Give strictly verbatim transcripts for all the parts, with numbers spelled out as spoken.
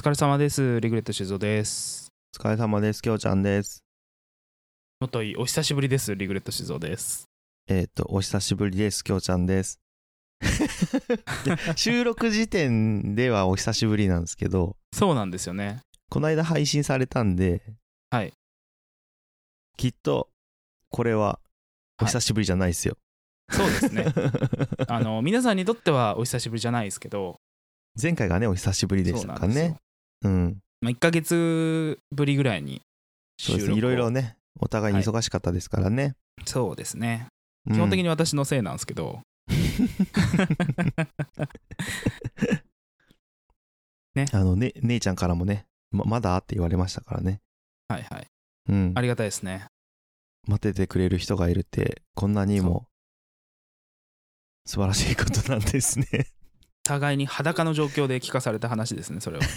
疲れ様です。リグレット静雄です。 お疲れ様です。きょうちゃんです。 もといお久しぶりです。リグレット静雄です。 えっ、ー、とお久しぶりです。きょうちゃんです収録時点ではお久しぶりなんですけど、 そうなんですよね。 この間配信されたんで、 はい、 きっとこれはお久しぶりじゃないですよ、 はい、そうですねあの皆さんにとってはお久しぶりじゃないですけど、 前回がねお久しぶりでしたかね。うん、 まあ、いっかげつぶりぐらいに収録を、 そうですね、いろいろねお互いに忙しかったですからね、はい、 そうですね、基本的に私のせいなんですけど、ね、 あのね姉ちゃんからもね ま, まだって言われましたからね。 はいはい、 うん、 ありがたいですね。 待っててくれる人がいるってこんなにも素晴らしいことなんですね互いに裸の状況で聞かされた話ですね、それは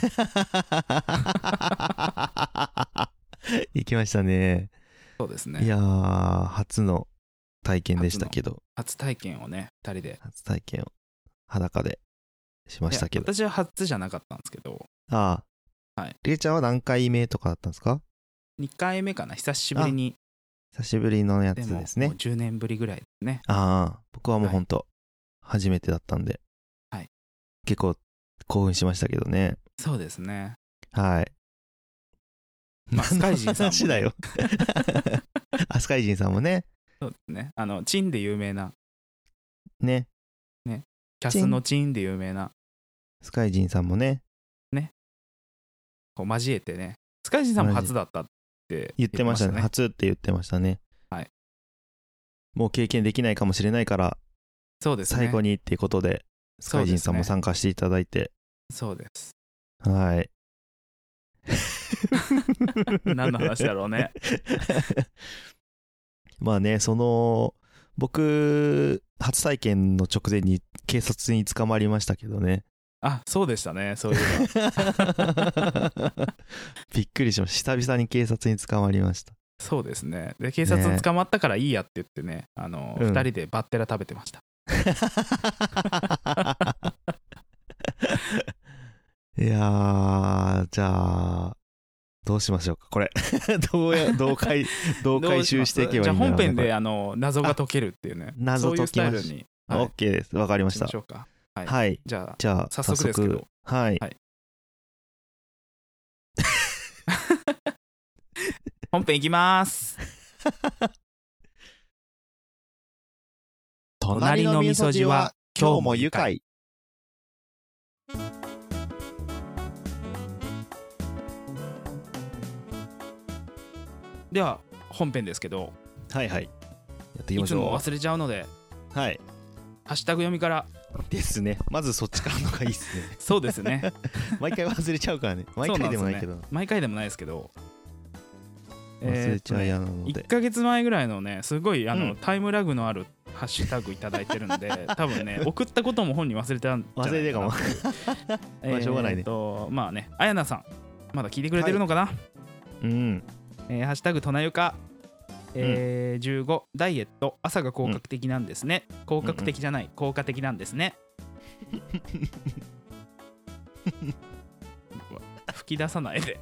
行きましたね。 そうですね。 いやー初の体験でしたけど、 初, 初体験をねふたりで初体験を裸でしましたけど、 私は初じゃなかったんですけど、 ああ、はい、りえちゃんは何回目とかだったんですか？ にかいめかな、久しぶりに。 久しぶりのやつですね。 もうじゅうねんぶりぐらいですね。 ああ、僕はもうほんと初めてだったんで、はい、結構興奮しましたけどね。 そうですね。 はい。 まあ、スカイジンさんも、ね、 だよあ、スカイジンさんもね。 そうですね。あのチンで有名なね。 ね。キャスのチンで有名なスカイジンさんもね。 ね。こう交えてね。スカイジンさんも初だったって言ってましたね。初って言ってましたね。 はい。 もう経験できないかもしれないから、 そうですね。 最後にっていうことで、スカイジンさんも参加していただいて。 そうです。 はい。 何の話だろうね。 まあね、その僕初体験の直前に警察に捕まりましたけどね。 あ、そうでしたね。そういうのびっくりしました。久々に警察に捕まりました。 そうですね。で警察に捕まったからいいやって言ってね、あの、うん、ふたりでバッテラ食べてました。 いやー、じゃあどうしましょうかこれどうやどう回どう回収していけばいいんだろうね。 じゃあ本編であの謎が解けるっていうね、 謎解きましそういうスタイルに、 はい、OK です。わかりました。 しましょうか。はい、 はい、 じゃあじゃあ早速ですけど、 はい、はい、 本編いきまーす。隣のみそじは今日も愉快。では本編ですけど、 はいはい、やっていきましょう。 いつも忘れちゃうので、 はい、 ハッシュタグ読みからですね。まずそっちからのがいいっすね。 そうですね。 毎回忘れちゃうからね。毎回でもないけど、ね、 毎回でもないですけど、 忘れちゃうやなので、 えーね、いっかげつまえぐらいのね、すごいあの、うん、タイムラグのあるハッシュタグいただいてるんで、多分ね送ったことも本人忘れてたんじゃないかな。忘れてるかも。まあしょうがないね。えーとまあね、あやなさんまだ聞いてくれてるのかな。はい、 うん。 えー、ハッシュタグとなゆか、えーうん、じゅうごダイエット朝が効果的なんですね、うん、効果的じゃない、うんうん、効果的なんですね。吹き出さないで。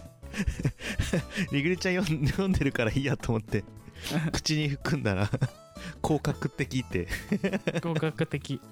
リグレちゃん読んでるからいいやと思って口に含んだら効果的って効果的。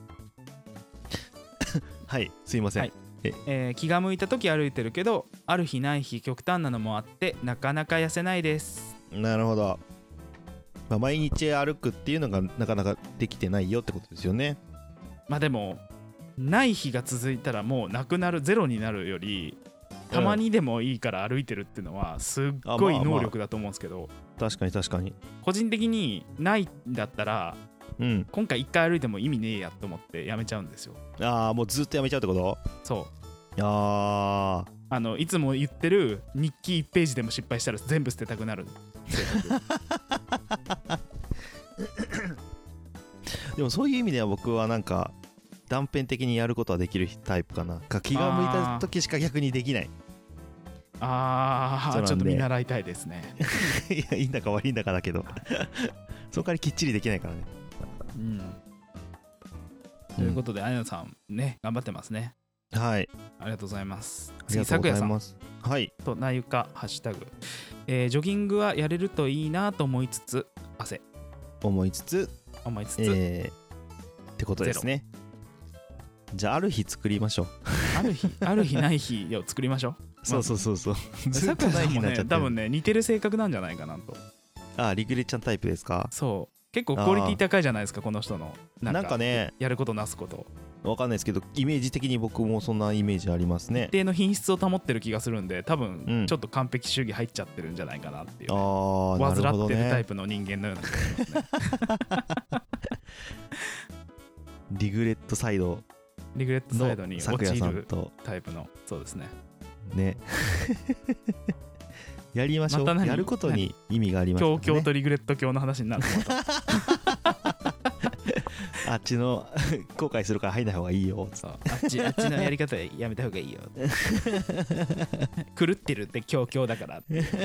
はい、すいません、はい、 ええー、気が向いた時歩いてるけど、ある日ない日極端なのもあってなかなか痩せないです。 なるほど、まあ、毎日歩くっていうのがなかなかできてないよってことですよね。 まあでもない日が続いたらもうなくなる、ゼロになるよりたまにでもいいから歩いてるっていうのはすっごい能力だと思うんですけど、まあまあ、確かに確かに個人的にないんだったら、うん、今回いっかい歩いても意味ねえやと思ってやめちゃうんですよ。 ああ、もうずっとやめちゃうってこと？ そう。 ああのいつも言ってる日記いちページでも失敗したら全部捨てたくなる。 でもそういう意味では僕はなんか断片的にやることはできるタイプかな。気が向いた時しか逆にできない。 ああ、ちょっと見習いたいですね。 いや、いいんだか悪いんだかだけどその代わりきっちりできないからね。 うん。ということで、あやなさんね、頑張ってますね。 はい、 ありがとうございます。 ありがとうございます。はい、 となゆかハッシュタグ、えー、ジョギングはやれるといいなと思いつつ汗思いつつ思いつつ、 えー、ってことですね。じゃあある日作りましょう。 ある日ある日ない日を作りましょう。 そうそうそうそう。 ずっとない日になっちゃって、多分ね似てる性格なんじゃないかなと。 あ、リグレちゃんタイプですか。 そう結構クオリティ高いじゃないですかこの人のなんかねやることなすことわかんないですけど、イメージ的に僕もそんなイメージありますね。 一定の品質を保ってる気がするんで、多分ちょっと完璧主義入っちゃってるんじゃないかなっていう、ね、 うん、ああ、なるほどね。患ってるタイプの人間のような気がしますね。 リグレットサイドリグレットサイドに陥るタイプの、そうですね。 ね。やりましょう。ま、やることに意味がありますね。 強強とリグレット教の話になる。 あっちの後悔するから入んない方がいいよ。 そうあっちあっちのやり方やめた方がいいよ。狂ってるって強強だから。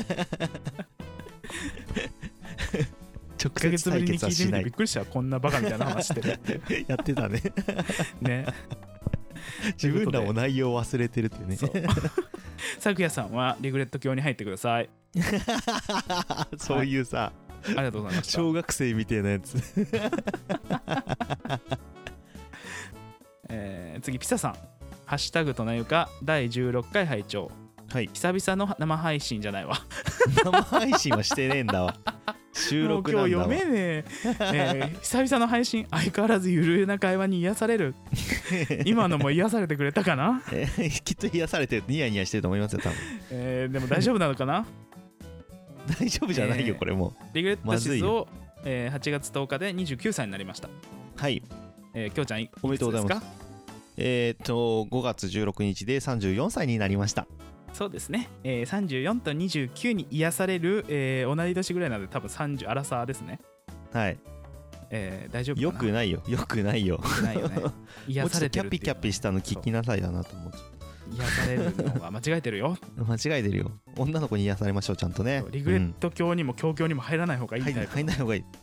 直接対決はしない。 びっくりした。こんなバカみたいな話してるってやってたね。 ね。 自分らも内容を忘れてるっていうね。 さくやさんはリグレット教に入ってください。 そういうさ、 ありがとうございました。 小学生みたいなやつ。 えー、次ピサさん、ハッシュタグとなゆかだいじゅうろっかい拝聴。はい、久々の生配信じゃないわ。 生配信はしてねえんだわ。収録なんだわ。 もう今日読めねえ。えー、久々の配信、相変わらずゆるな会話に癒される。今のも癒されてくれたかな。 えー、きっと癒されてニヤニヤしてると思いますよ多分。 えー、でも大丈夫なのかな。 大丈夫じゃないよ、えー、これもリグレットシズを、えー、はちがつとおかでにじゅうきゅうさいになりました。 はい、 えー、きょうちゃんおめでとうございます。えー、っとごがつじゅうろくにちでさんじゅうよんさいになりました。 そうですね、えー、さんじゅうよんとにじゅうきゅうに癒される、えー、同い年ぐらいなので多分さんじゅうアラサーですね。 はい、 えー、大丈夫かな。 よくないよよくないよ。 よくないよね。癒されてるっていうのはキャピキャピしたの聞きなさいだなと思って。 癒されるのは間違えてるよ。 間違えてるよ。女の子に癒されましょうちゃんとね。 リグレット教にも教教にも入らない方がいいタイプ。 入んない方がいい。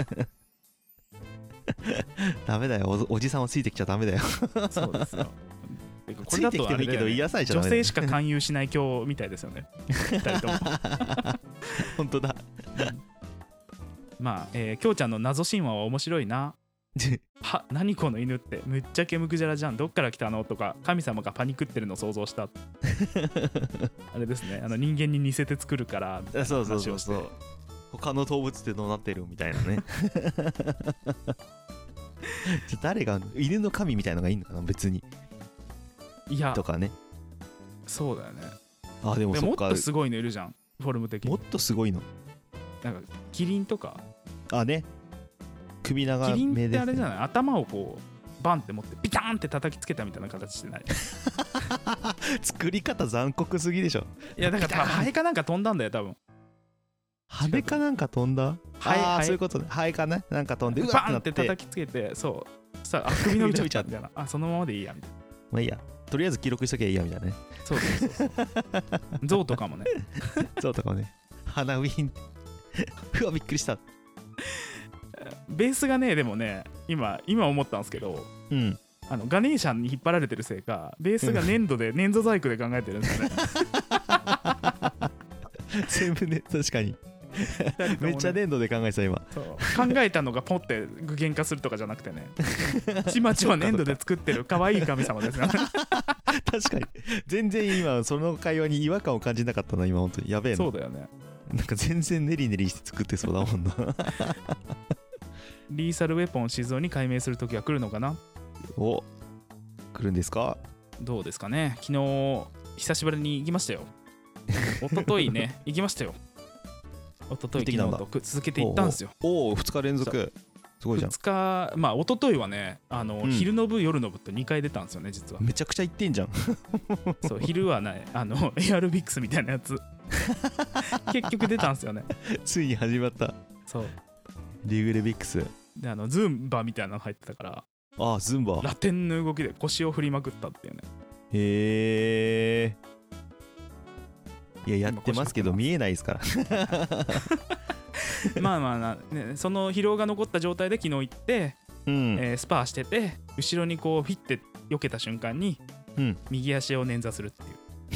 ダメだよ お, おじさんをついてきちゃダメだよ。そうですよ。これだとあれだよね、ついてきてもいいけど癒されちゃダメだよ。 女性しか勧誘しない教みたいですよね。ふたりとも。 本当だ。 まあ、えー、きょうちゃんの謎神話は面白いな。は何この犬ってむっちゃけむくじゃらじゃん、どっから来たのとか神様がパニクってるのを想像した。あれですね、あの人間に似せて作るから話をして。そうそうそうそう、 他の動物ってどうなってるみたいなね。誰が犬の神みたいのがいいのかな別に。 いやとかね。 そうだよね。 あでもそっか、 もっとすごいのいるじゃんフォルム的に。 もっとすごいのなんかキリンとか。 あね、首長めです、ね、 キリンってあれじゃない、頭をこうバンって持ってピターンって叩きつけたみたいな形してない。 作り方残酷すぎでしょ。 いやだからハエかなんか飛んだんだよ多分。 羽かなんか飛んだ。ああそういうことね。ハエかななんか飛んでバンって叩きつけて、そうさあ首伸びちゃったみたいな。あそのままでいいやみたいな。 まあいいや、とりあえず記録しときゃいいやみたいなね。 そうそうそうそう。象とかもね。 象とかもね。鼻ウィン。うわびっくりした。 ベースがねでもね今今思ったんですけど、 うん、 あのガネーシャンに引っ張られてるせいかベースが粘土で粘土細工で考えてるんですよね。 全部ね確かに。ね、めっちゃ粘土で考えてた今。 そう考えたのがポッて具現化するとかじゃなくてね。ちまちま粘土で作ってる可愛い神様ですよね。 確かに全然今その会話に違和感を感じなかったな今本当にやべえな。 そうだよね。 なんか全然ネリネリして作ってそうだもんな。 リーサルウェポン静雄に改名する時は来るのかな。 お来るんですか。 どうですかね。昨日久しぶりに行きましたよ。一昨日ね行きましたよ。一昨日昨日と続けて行ったんですよ。 おおふつか連続すごいじゃん。 ふつかまあ一昨日はねあの、うん、昼の部夜の部とにかい出たんですよね実は。 めちゃくちゃ行ってんじゃん。 そう昼はねあのエアロビックスみたいなやつ。結局出たんですよね。 ついに始まった。 そうリグレビックスであのズンバみたいなの入ってたから。 ああズンバラテンの動きで腰を振りまくったっていうね。 へえ。いややってますけど見えないですから。 まあまあな、ね、その疲労が残った状態で昨日行って、 うんえー、スパーしてて後ろにこうフィッて避けた瞬間にうん、 右足を捻挫するっていう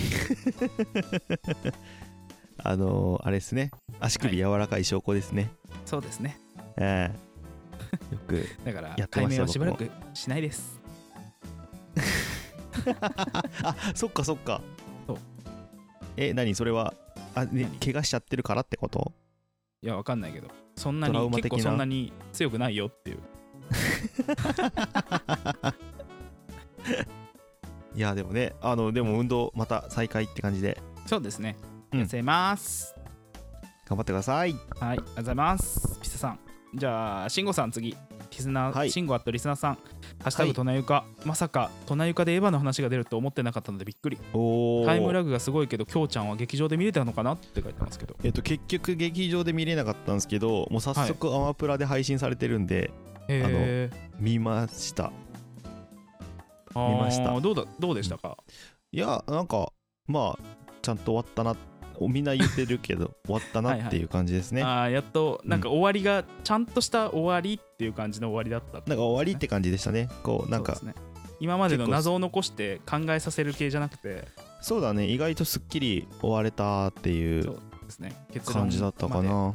あのー、あれですね、足首柔らかい証拠ですね、はい、 そうですね、 えー、よくだからやってました。 解明はしばらくしないですあ、そっかそっか。 そうえ、何それはあ、ね、怪我しちゃってるからってこと？ いやわかんないけど、そんなに結構そんなに強くないよっていういやでもね、あのでも運動また再開って感じで。 そうですね、 うん、 痩せます。 頑張ってください。 はい、ありがとうございます。ピサさん、じゃあ慎吾さん次、リスナー、はい、慎吾あとリスナーさん、ハッシュタグトナユカ、まさかトナユカでエヴァの話が出ると思ってなかったのでびっくり。タイムラグがすごいけど、きょうちゃんは劇場で見れたのかなって書いてますけど、 えっと結局劇場で見れなかったんですけど、もう早速アマプラで配信されてるんで、はい、あの見ました。見ました。 どうだどうでしたか？ いやなんかまあちゃんと終わったな、みんな言ってるけど終わったなっていう感じですね。 はいはい、あ、やっとなんか終わりが、うん、ちゃんとした終わりっていう感じの終わりだった、ね、 なんか終わりって感じでしたね。こうなんか、 ね、今までの謎を残して考えさせる系じゃなくて、 そうだね、意外とすっきり終われたっていう感じだったかな。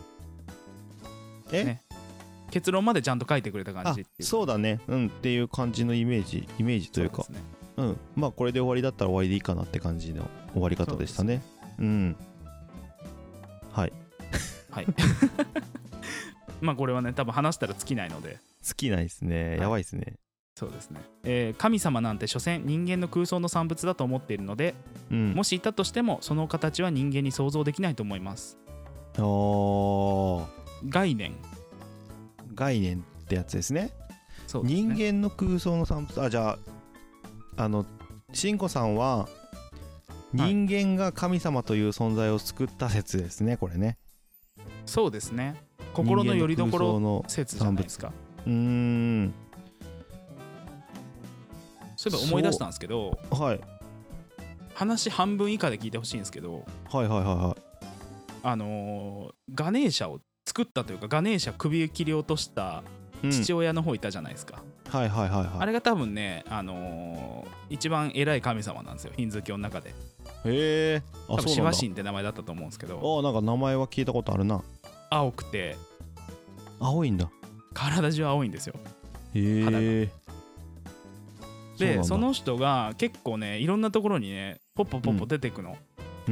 え、 ね、結論までちゃんと書いてくれた感じっていう。 あ、そうだね、うんっていう感じのイメージイメージというか、う、ね、うん、まあこれで終わりだったら終わりでいいかなって感じの終わり方でしたね。う、うん、はいはいまあこれはね多分話したら尽きないので、 尽きないですね、はい、やばいですね。 そうですね、えー、神様なんて所詮人間の空想の産物だと思っているので、うん、もしいたとしてもその形は人間に想像できないと思います。 お概念概念ってやつですね。 そうですね、 人間の空想の産物。あ、じゃああの慎吾さんは人間が神様という存在を作った説ですね、これね。 そうですね、心の拠り所の説じゃないですか。 うーん、 そういえば思い出したんですけど、 はい、 話半分以下で聞いてほしいんですけど、 はいはいはいはい、 あのー、ガネーシャを作ったというか、ガネーシャ首切り落とした父親の方いたじゃないですか、 うん、はいはいはいはい、 あれが多分ね、あのー、一番偉い神様なんですよ、ヒンズー教の中で。 へえ、 多分シバ神って名前だったと思うんですけど、 あ、なんか名前は聞いたことあるな。 青くて、 青いんだ、 体中青いんですよ、 へえ、肌が。 で そ, その人が結構ね、いろんなところにねポッポポッポ出てくの、 うん、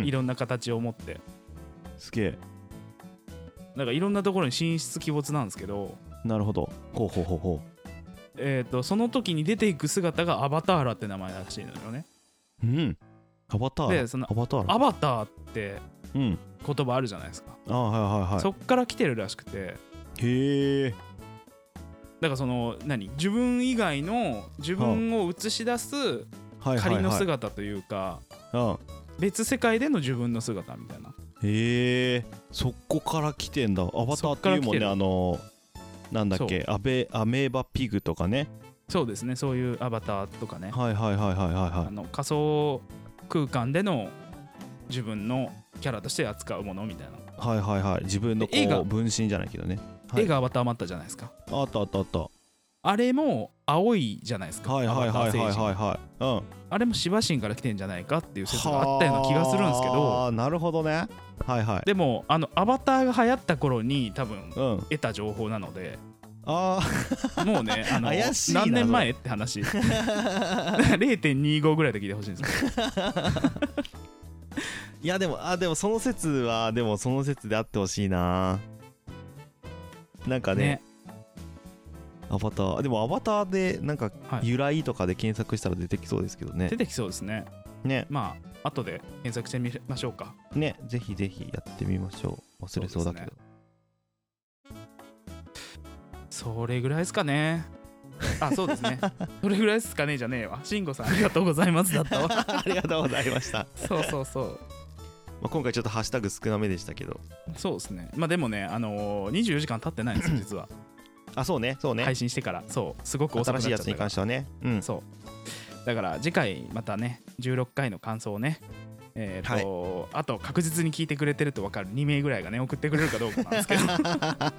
いろんな形を持って。 すげえ、 なんかいろんなところに神出鬼没なんですけど。 なるほど、ほうほうほうほう。 えっ、ー、とその時に出ていく姿がアバターラって名前らしいのよね。 うん、アバターラ。 でそのアバターラ、アバターって言葉あるじゃないですか、 うん、あ、はいはいはい、そっから来てるらしくて。 へえ。 だからその何、自分以外の自分を映し出す仮の姿というか、別世界での自分の姿みたいな。 へえ、そこから来てんだ。アバターっていうもんね、あのなんだっけ、アベアメーバピグとかね。 そうですね、そういうアバターとかね、 はいはいはいはいはい、はい、 あの仮想空間での自分のキャラとして扱うものみたいな。 はいはいはい、自分のこう分身じゃないけどね、 はい、絵がアバターもあったじゃないですか。 あったあったあった。 あれも青いじゃないですか。 はいはいはいはいはいはい、うん、 あれもシバ神から来てんじゃないかっていう説があったような気がするんですけど。 ああ、なるほどね。はいはい。 でもあのアバターが流行った頃に多分、うん、得た情報なので、 ああもうね、あの怪しいな、 何年前って話ゼロてんにじゅうご ぐらいで聞いてほしいんですけどいやでも、あ、でもその説はでもその説であってほしいな。なんか ね, ねアバターでもアバターでなんか由来とかで検索したら出てきそうですけどね、はい、 出てきそうですね。 ね、 まあ後で検索してみましょうかね。ぜひぜひやってみましょう。忘れそうだけど。 そ, それぐらいですかね。あ、そうですねそれぐらいですかねじゃねえわ。慎吾さんありがとうございますだったわありがとうございました。 そうそうそう、 まあ、今回ちょっとハッシュタグ少なめでしたけど。 そうですね。まあでもね、あのー、にじゅうよじかん経ってないんですよ実はあ、そうねそうね、 配信してから。そうすごく遅くなっちゃった。 新しいやつに関してはね、うん、 そうだから次回またねじゅうろっかいの感想をね、えーとはい、あと確実に聞いてくれてると分かるにめいぐらいがね送ってくれるかどうかなんですけど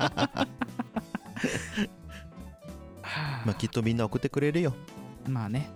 まあきっとみんな送ってくれるよ。 まあね、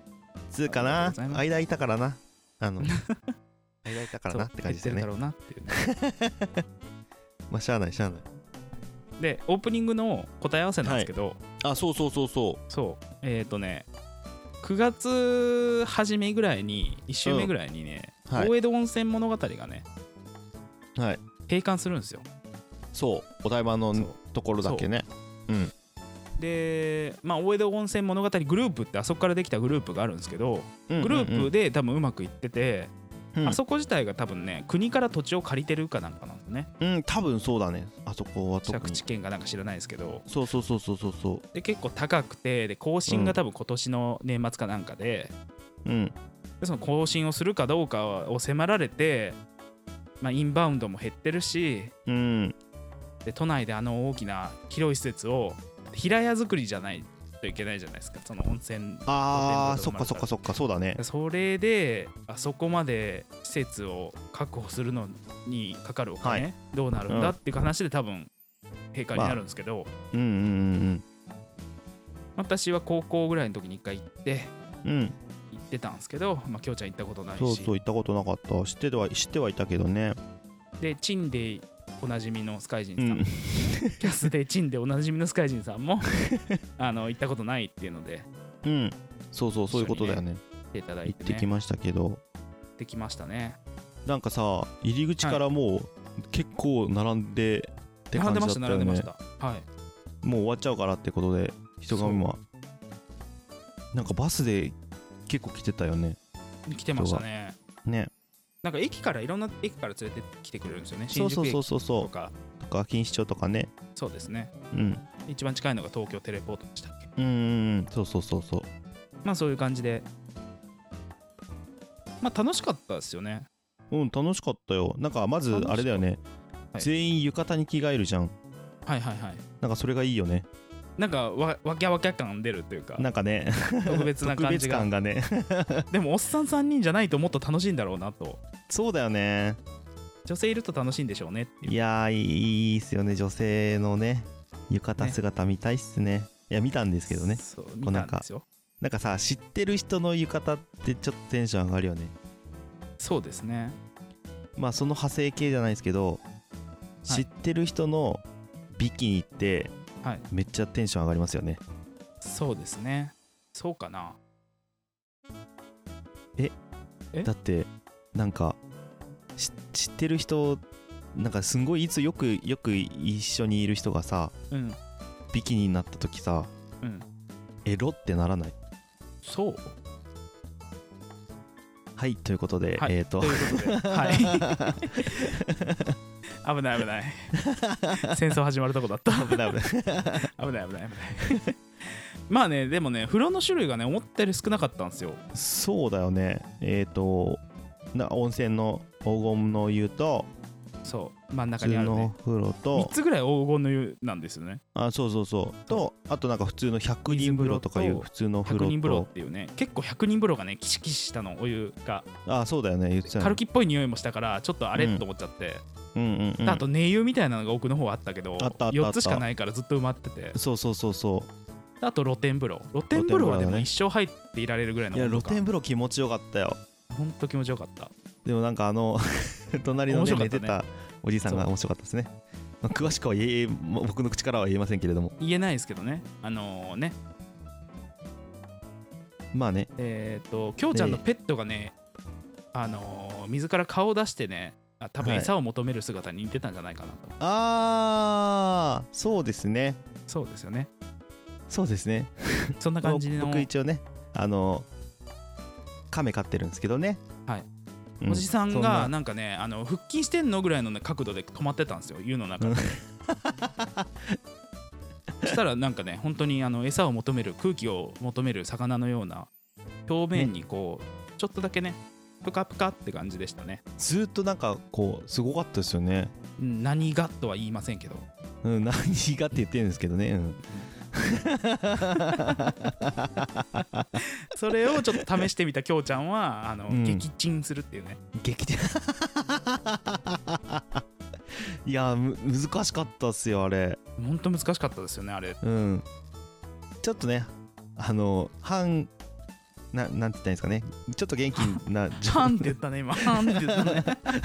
つうかな、間いたからな、あの間いたからなって感じですよね。 言ってるだろうなっていうねまあしゃあないしゃあない。 でオープニングの答え合わせなんですけど、はい、 あそうそうそうそうそうえっ、ー、とねくがつ初めぐらいにいっ週目ぐらいにね、うん、はい、大江戸温泉物語がね、はい、閉館するんですよ。 そうお台場のところだけね。うん。 でまあ大江戸温泉物語グループってあそこからできたグループがあるんですけど、うんうんうん、グループで多分うまくいってて、うん、あそこ自体が多分ね国から土地を借りてるかなんかなんですね。 うん多分そうだね。あそこは特に借地権がなんか知らないですけど、 そうそうそうそうそうそうで結構高くてで更新が多分今年の年末かなんかで、うん、でその更新をするかどうかを迫られて、まあ、インバウンドも減ってるし、うん、で都内であの大きな広い施設を平屋作りじゃないといけないじゃないですか、その温泉。 ああそっかそっかそっかそうだね。 それであそこまで施設を確保するのにかかるお金、はい、どうなるんだっていう話で多分閉館になるんですけど、まあ、うんうんうんうん私は高校ぐらいの時に一回行って、うん、行ってたんですけど、まあ、きょうちゃん行ったことないし。 そうそう行ったことなかった。知っては知ってはいたけどね。 でチンでおなじみのスカイジンさん、うん、キャスでチンでおなじみのスカイジンさんもあの行ったことないっていうので、 うん、そうそうそういうことだよね。 来ていただいて、ね、 行ってきましたけど。 できましたね。 なんかさ入り口からもう結構並んでって感じだったよね。並んでました並んでました。はい。もう終わっちゃうからってことで人が今なんかバスで結構来てたよね。 来てましたね。 ね。 なんか駅からいろんな駅から連れてきてくれるんですよね。 新宿駅とかそうそうそうそうとか錦糸町とかね。 そうですね、うん、一番近いのが東京テレポートでしたっけ。 うんうんそうそうそうそう。 まあそういう感じでまあ楽しかったですよね。 うん楽しかったよ。なんかまずあれだよね、はい、全員浴衣に着替えるじゃん。 はいはいはい。 なんかそれがいいよね。 なんかわわきゃわきゃ感出るというかなんかね特別な感じが特別感がねでもおっさんさんにんじゃないともっと楽しいんだろうなと。 そうだよね。 女性いると楽しいんでしょうねっていう。 いやーいいっすよね女性のね浴衣姿見たいっす ね, ねいや見たんですけどね。 そう見たんですよ。 なんかさ知ってる人の浴衣ってちょっとテンション上がるよね。 そうですね。 まあその派生系じゃないですけど、はい、知ってる人のビキニってはい、めっちゃテンション上がりますよね。 そうですね。そうかな。 ええだってなんか知ってる人なんかすんごいいつよくよく一緒にいる人がさ、うん、ビキニになった時さ、うん、エロってならない？ そうはいということで、はい、えっ、ー、とということではい危ない危ない戦争始まるとこだった危ない危ない危ない危ない危ないまあねでもね風呂の種類がね思ったより少なかったんですよ。 そうだよね。えっ、ー、とな温泉の黄金の湯とそう真ん中にあるね普通の風呂とみっつぐらい黄金の湯なんですよね。 あそうそうそうとあとなんか普通のひゃくにん風呂とかいう普通の風呂とひゃくにん風呂っていうね結構ひゃくにん風呂がねキシキシしたのお湯があそうだよね言ってたね。 カルキっぽい匂いもしたからちょっとあれ、うん、と思っちゃって、うんうんうん、あと寝湯みたいなのが奥の方あったけどあったあったあったよっつしかないからずっと埋まっててそうそうそうそうあと露天風呂露天風呂はでも一生入っていられるぐらいの。 いや露天風呂気持ちよかったよ。 ほんと気持ちよかった。 でもなんかあの隣の、ね、寝てたおじいさんが面白かったですね。詳しくは言え僕の口からは言えませんけれども言えないですけどねあのー、ねまあねえっ、ー、ときょうちゃんのペットがねあのー、水から顔を出してね多分餌を求める姿に似てたんじゃないかなと、はい、 ああそうですねそうですよねそうですねそんな感じの僕一応ねあのカメ飼ってるんですけどねはいおじさんがなんかねあの腹筋してんのぐらいの、ね、角度で止まってたんですよ湯の中でそしたらなんかね本当にあの餌を求める空気を求める魚のような表面にこう、ね、ちょっとだけねプカプカって感じでしたね。 ずっとなんかこうすごかったですよね。 何がとは言いませんけど、 うん、何がって言ってるんですけどね、うんそれをちょっと試してみたきょうちゃんはあの、うん、撃沈するっていうね。 撃沈いや難しかったっすよあれ。 ほんと難しかったですよねあれ。 うんちょっとねあの半ななんて言ったらいいんですかね、ちょっと元気なはんって言ったね今はんって言ったね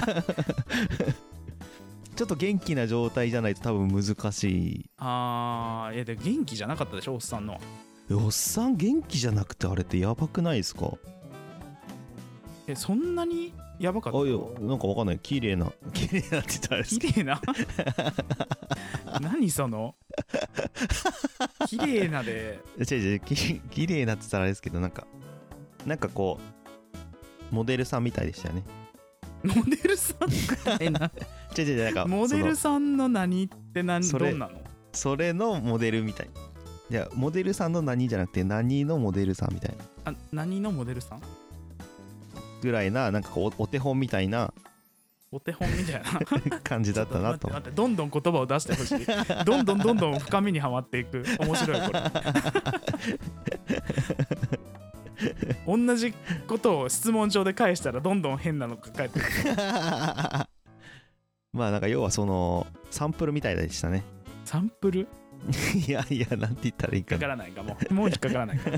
ちょっと元気な状態じゃないと多分難しい。 あーいやで元気じゃなかったでしょおっさんの。 おっさん元気じゃなくてあれってやばくないですか？ えそんなにやばかった？ あいやなんかわかんない、綺麗な綺麗なって言ったらあれです綺麗な何その綺麗なで違う違うき綺麗なって言ったらあれですけど、なんかなんかこうモデルさんみたいでしたよね。 モデルさんみたいな違う違うなんかモデルさんの何って何どんなの？ それのモデルみたい。いやモデルさんの何じゃなくて何のモデルさんみたいな。 あ何のモデルさんぐらいな、なんかこう お, お手本みたいなお手本みたいな感じだったなと。 待って待ってどんどん言葉を出してほしいどんどんどんどん深みにはまっていく。面白いこれ同じことを質問帳で返したらどんどん変なのが返ってくるまあなんか要はそのサンプルみたいでしたね。 サンプルいやいやなんて言ったらいい引っかかからないかもうもう引っかからないか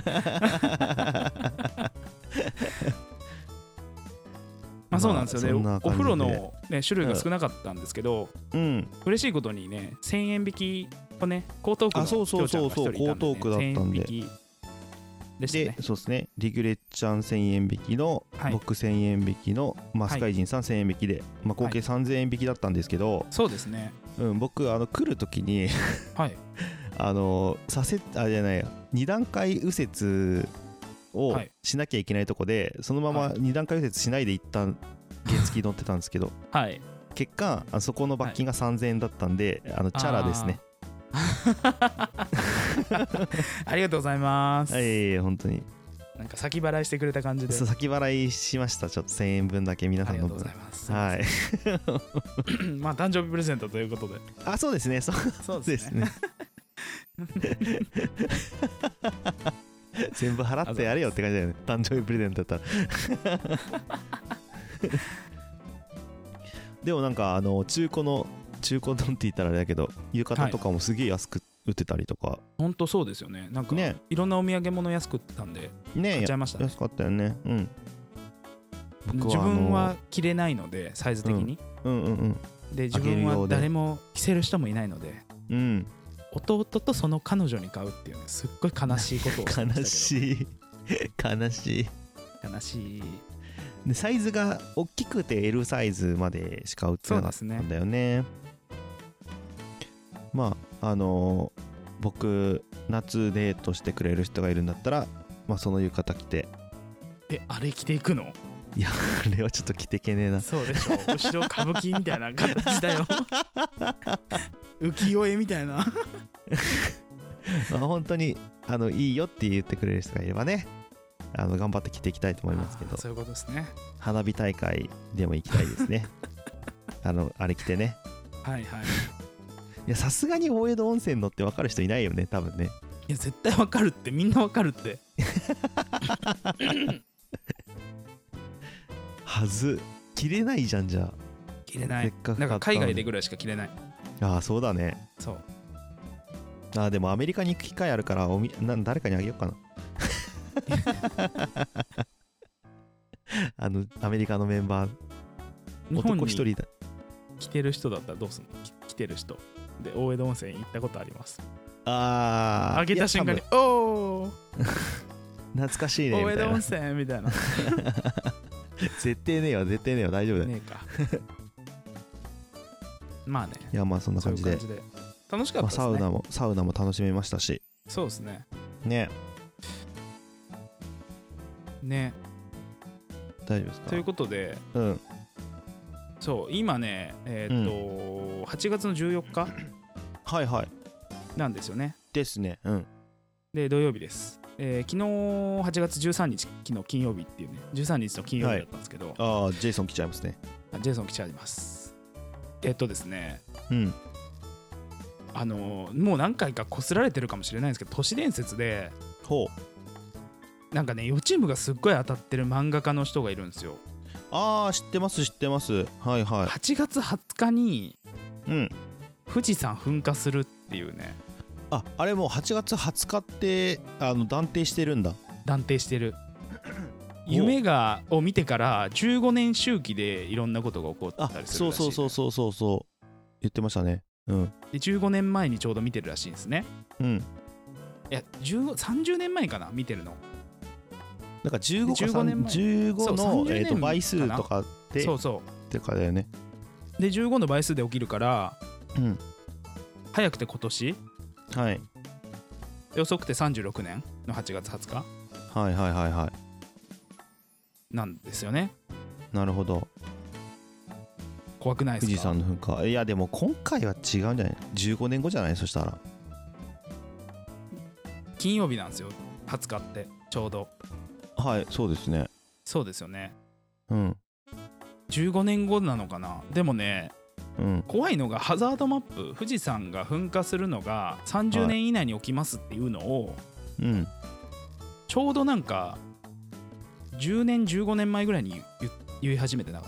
まあそうなんですよね、まあ、お風呂の、ね、種類が少なかったんですけど、 うん、 嬉しいことにねせんえん引きをね江東区のそうそうそうそう江東区だったんで、 でしたね、 でそうですねリグレッちゃんせんえん引きの、はい、僕せんえん引きの、まあ、スカイジンさんせんえん引きで、まあ、合計さんぜんえん引きだったんですけど、はい、 そうですね、 うん、僕あの来る時にはいあの左折あじゃないやに段階右折をしなきゃいけないとこで、はい、そのままに段階右折しないで一旦原付乗ってたんですけど、はい、結果あそこの罰金がさんぜんえんだったんで、はい、あのチャラですねありがとうございます。 はい、いや本当になんか先払いしてくれた感じで。 そう先払いしました。ちょっとせんえんぶんだけ皆さんの分。ありがとうございます。 はいまあ誕生日プレゼントということで。 あそうですねそう、そうですね全部払ってやれよって感じだよね、誕生日プレゼントだったらでもなんかあの中古の中古丼って言ったらあれだけど浴衣とかもすげえ安く売ってたりとか、はい、 ほんとそうですよね。なんか、ね、いろんなお土産物安く売ってたんで買っちゃいましたね。 安かったよね。うん僕は自分は着れないのでサイズ的に、 うん、うんうんうんで自分は誰も着せる人もいないので、うん、弟とその彼女に買うっていうねすっごい悲しいことをしてましたけど悲しい悲しい悲しいでサイズが大きくて エル サイズまでしか売ってなかったんだよね。まああのー、僕夏デートしてくれる人がいるんだったら、まあ、その浴衣着てえあれ着ていくの？ いやあれはちょっと着てけねえな。 そうでしょ後ろ歌舞伎みたいな形だよ浮世絵みたいなまあ本当にあのいいよって言ってくれる人がいればねあの頑張って着ていきたいと思いますけど。 そういうことですね。 花火大会でも行きたいですねあのあれ着てね。 はいはい。いやさすがに大江戸温泉のって分かる人いないよね多分ね。 いや絶対分かるってみんな分かるってはず着れないじゃんじゃあ。 着れない。なんか海外でぐらいしか着れない。 ああそうだね。 そうあでもアメリカに行く機会あるからおみな誰かにあげようかなあのアメリカのメンバー男一人だ来てる人だったらどうすんの？来てる人で大江戸温泉行ったことあります。 あああげた瞬間におお懐かしいねみたいな大江戸温泉みたいな絶対ねえよ絶対ねえよ大丈夫だよねえかまあね。 いやまあそんな感じで楽しかったですね、 まあ、サウナもサウナも楽しめましたし。 そうですねねね大丈夫ですか？ ということで、うん、そう今ねえー、っと、うん、はちがつのじゅうよっかはいはいなんですよね。 ですね。うんで土曜日です、えー、昨日はちがつじゅうさんにち昨日金曜日っていうねじゅうさんにちの金曜日だったんですけど、はい、 ああジェイソン来ちゃいますね。 ジェイソン来ちゃいますえー、っとですねうんあのー、もう何回かこすられてるかもしれないんですけど都市伝説でほうなんかね予知夢がすっごい当たってる漫画家の人がいるんですよ。 ああ知ってます知ってます。はいはい。 はちがつはつかに、 うん、 富士山噴火するっていうね。 ああれもうはちがつはつかってあの断定してるんだ。 断定してる。 夢がを見てからじゅうごねん周期でいろんなことが起こったりするらしい、ね、 そうそうそうそうそうそう言ってましたね。うんでじゅうごねんまえにちょうど見てるらしいんですね。 うんいやさんじゅうねんまえかな見てるの。 なんかじゅうごかじゅうごねんまえじゅうごの、えー、と倍数とかでそうそうってかだよね。 でじゅうごの倍数で起きるから、 うん、 早くて今年、 はい、 遅くてさんじゅうろくねんのはちがつはつか、 はいはいはいはいなんですよね。 なるほど。 怖くないですか？ 富士山の噴火。いやでも今回は違うんじゃない？じゅうごねんごじゃない？そしたら金曜日なんですよはつかってちょうど。 はいそうですね。 そうですよね。 うんじゅうごねんごなのかな。でもね、うん、怖いのがハザードマップ、富士山が噴火するのがさんじゅうねん以内に起きますっていうのを、はい、うん、ちょうどなんかじゅうねんじゅうごねんまえぐらいに 言, 言い始めてなかった？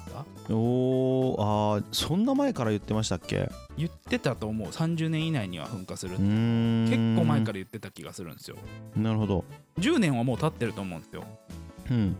おー、あーそんな前から言ってましたっけ？ 言ってたと思う。さんじゅうねん以内には噴火するって。うーん、結構前から言ってた気がするんですよ。 なるほど。 じゅうねんはもう経ってると思うんですよ。 うん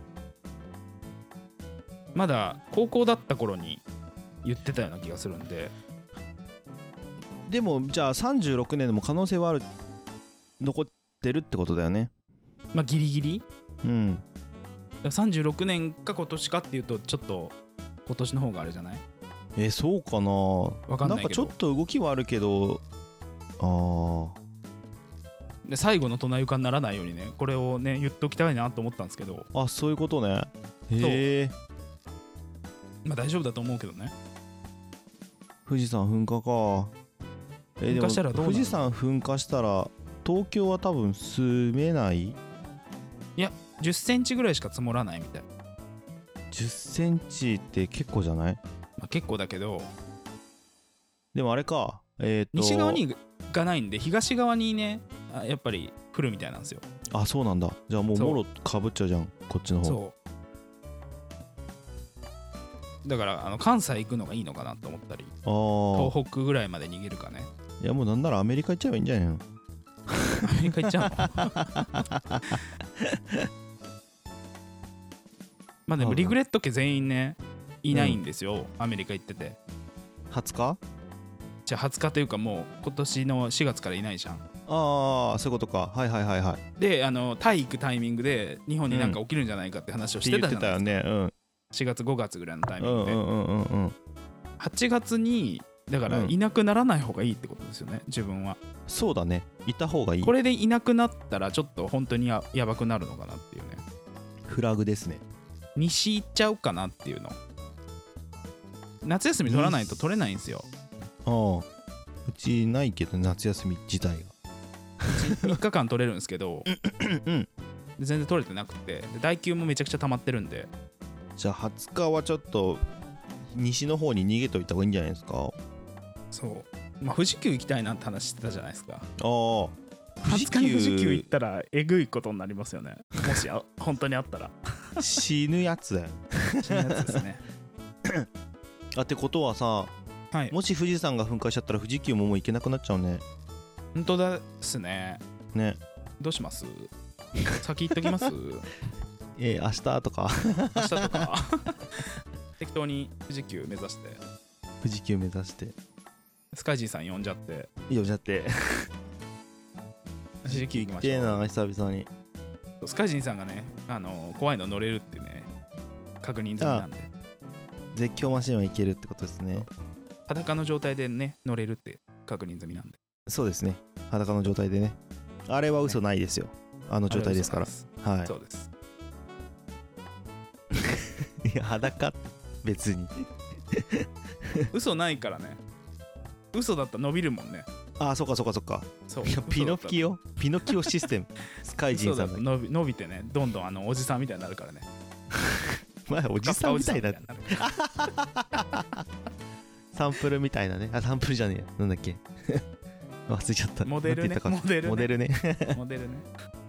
まだ高校だった頃に言ってたような気がするんで。 でもじゃあさんじゅうろくねんでも可能性はある、残ってるってことだよね。 まあギリギリ。 うんさんじゅうろくねんか今年かっていうとちょっと今年の方があれじゃない？ えそうかな。 わかんないけど、なんかちょっと動きはあるけど、あで最後の唱え床にならないようにね、これをね言っときたいなと思ったんですけど。 あそういうことね。へえ。 まあ大丈夫だと思うけどね。 富士山噴火か。え噴火したらどうなる？ 富士山噴火したら東京は多分住めない？ いやじゅっセンチぐらいしか積もらないみたい。 じゅっセンチって結構じゃない？ まあ、結構だけど、 でもあれか、えー、と西側にがないんで東側にねやっぱり降るみたいなんですよ。 あそうなんだ。じゃあもうもろかぶっちゃうじゃんこっちの方。 そうだからあの関西行くのがいいのかなと思ったり、あ東北ぐらいまで逃げるかね。 いやもうなんならアメリカ行っちゃえばいいんじゃないの？ アメリカ行っちゃうの？まあでもリグレット家全員ねいないんですよ、うん、アメリカ行ってて。 はつか？ じゃあはつかというかもう今年のしがつからいないじゃん。 ああそういうことか。はいはいはいはい。 であのタイ行くタイミングで日本になんか起きるんじゃないかって話をしてたじゃないですか、うん、 言ってたよね、うん、 しがつごがつぐらいのタイミングで、 うんうんうんうん、 はちがつにだからいなくならない方がいいってことですよね、自分は。 そうだね、いた方がいい。 これでいなくなったらちょっと本当に や, やばくなるのかなっていうね。 フラグですね。 西行っちゃうかなっていうの。夏休み取らないと取れないんですよ。 ああうちないけど夏休み自体がみっかかん取れるんですけど、うん、全然取れてなくて、代休もめちゃくちゃ溜まってるんで。 じゃあはつかはちょっと西の方に逃げといた方がいいんじゃないですか。 そう、まあ、富士急行きたいなって話してたじゃないですか。ああはつかに富士急行ったらえぐいことになりますよね、もしあ本当にあったら死ぬやつだよ。 死ぬやつですねあってことはさ、はい、もし富士山が噴火しちゃったら富士急ももう行けなくなっちゃうね。 本当だっすね。 ね、 どうします？先行っときます？ えー、明日とか明日とか適当に富士急目指して富士急目指してスカイジーさん呼んじゃって呼んじゃって富士急行きましょう。 行ってな久々に。 スカイジーさんがね、あのー、怖いの乗れるってね確認済みなんで。 絶叫マシンは行けるってことですね。 裸の状態でね乗れるって確認済みなんで。 そうですね、裸の状態でね。あれは嘘ないですよ、ね、あの状態ですから。はい、 そうです。 いや裸別に嘘ないからね。嘘だったら伸びるもんね。 ああそっかそっかそっか。 そうピノキオピノキオシステムスカイジンさんが伸び、伸びてね、どんどんあのおじさんみたいになるからね前おじさんみたいだサンプルみたいなね。あサンプルじゃねえや、なんだっけ忘れちゃった。 モデルね。モデルね。 モデルね。 モデルね。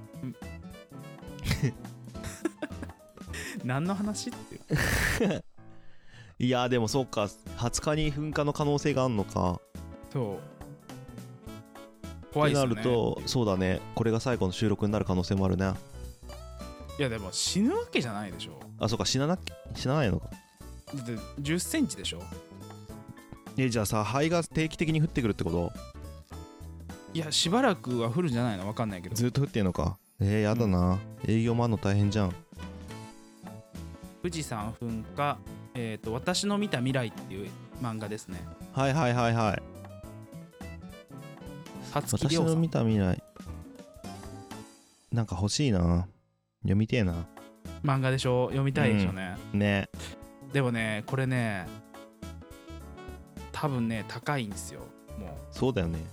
何の話っていういやでもそうか、はつかに噴火の可能性があるのか。 そう怖いですね。 ってなるとそうだね、これが最後の収録になる可能性もあるね。 いやでも死ぬわけじゃないでしょ。 あ、そうか、死なな死なないのか。 だってじゅっセンチでしょ。 え、じゃあさ、灰が定期的に降ってくるってこと？ いやしばらくは降るんじゃないの、分かんないけど。 ずっと降ってんのか。えー、やだな、うん、営業回るの大変じゃん。 富士山噴火、えーと私の見た未来っていう漫画ですね。 はいはいはいはい。私の見た未来、なんか欲しいな、読みてえな。 漫画でしょ、読みたいでしょね、 うん、ね。 でもねこれね多分ね高いんですよ。もうそうだよね。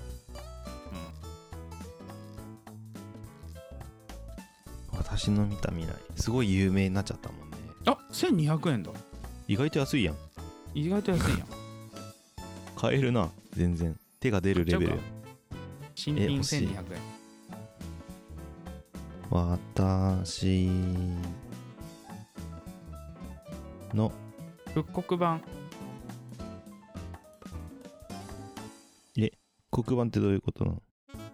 うん、私の見た未来すごい有名になっちゃったもんね。 あ、せんにひゃくえんだ。 意外と安いやん。 意外と安いやん。 買えるな、全然手が出るレベル。 新品せんにひゃくえん。 私の復刻版。 え、黒板ってどういうことなの？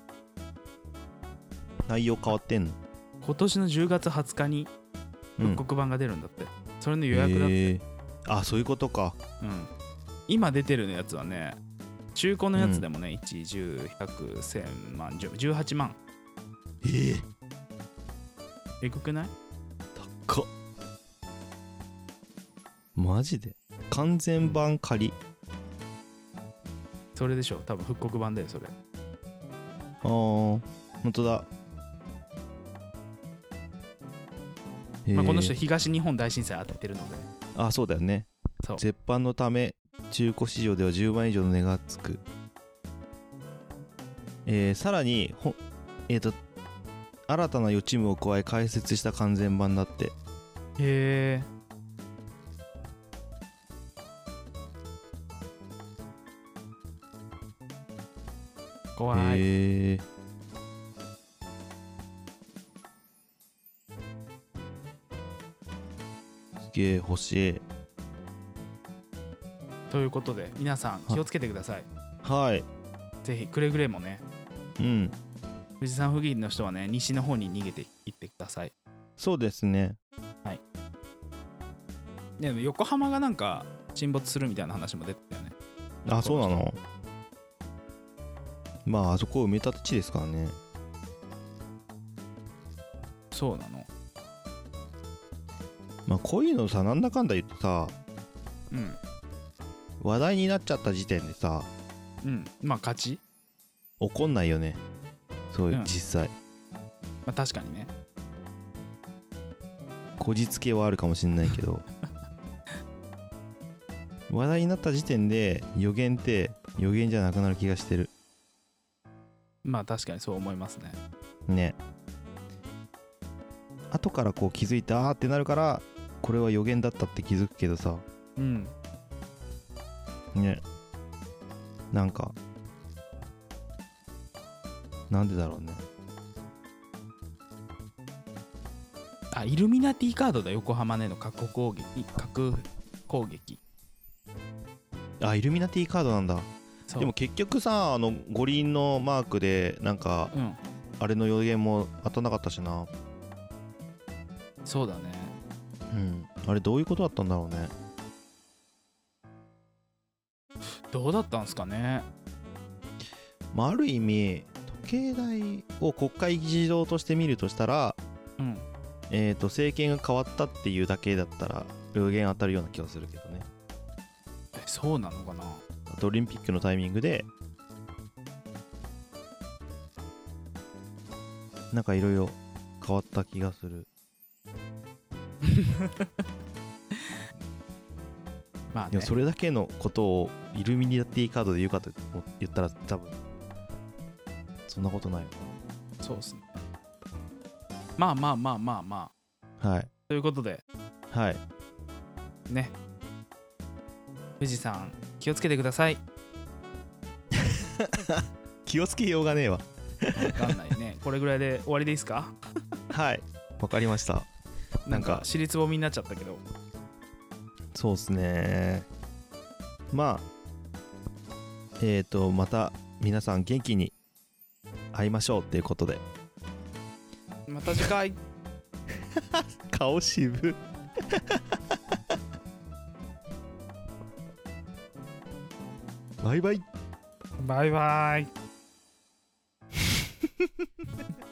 内容変わってんの？ 今年のじゅうがつはつかに復刻版が出るんだって、うん、それの予約だって、えー、 あ、そういうことか。 うん、今出てるやつはね、中古のやつでもね、うん、いち、じゅう、ひゃく、せんまん、じゅうはちまん。 えー、 えぐくない？ 高っ。マジで完全版仮、うん、 それでしょ、多分復刻版だよそれ。ああ、ほんとだ。 まあ、この人東日本大震災当ててるので。 あ、そうだよね。そう、絶版のため中古市場ではじゅうまん以上の値がつく。えー、さらにほえっ、ー、と新たな予知夢を加え解説した完全版だって。 へえ。怖い。 へー。すげえ欲しい。 ということで皆さん気をつけてください。 はい。 ぜひくれぐれもね。 うん。 富士山付近の人はね、西の方に逃げていってください。 そうですね。 はい。でも横浜がなんか沈没するみたいな話も出てたよね。 あ、そうなの。まああそこ埋め立て地ですからね。 そうなの。 まあこういうのさ、なんだかんだ言ってさ、 うん、 話題になっちゃった時点でさ、 うん、まあ勝ち怒んないよね。そういう、うん、実際。 まあ確かにね。 こじつけはあるかもしんないけど話題になった時点で予言って予言じゃなくなる気がしてる。 まあ確かにそう思いますね。 ね。後からこう気づいたーってなるからこれは予言だったって気づくけどさ。 うん。 ね。なんかなんでだろうね。 あ、イルミナティカードだ。横浜での核攻撃、核攻撃。 あ、イルミナティカードなんだ。でも結局さ、あの五輪のマークでなんか、うん、あれの予言も当たんなかったしな。 そうだね。 うん。あれどういうことだったんだろうね。 どうだったんすかね。 まあ、ある意味時計台を国会議事堂として見るとしたら、うん、えっと政権が変わったっていうだけだったら予言当たるような気がするけどね。 え、そうなのかな。 あとオリンピックのタイミングでなんかいろいろ変わった気がするまあね、 でもそれだけのことをイルミナティカードで言うかと言ったら多分そんなことないよな。そうっすね。まあまあまあまあまあ。はい。 ということで。 はい。 ね。富士山気をつけてください。 気をつけようがねえわ。 わかんないね。これぐらいで終わりでいいですか？ はい。わかりました。 なんか尻つぼみになっちゃったけど。 そうっすね。まあえっとまた皆さん元気に会いましょうっていうことで。 また次回。 顔渋バイバイバイバイ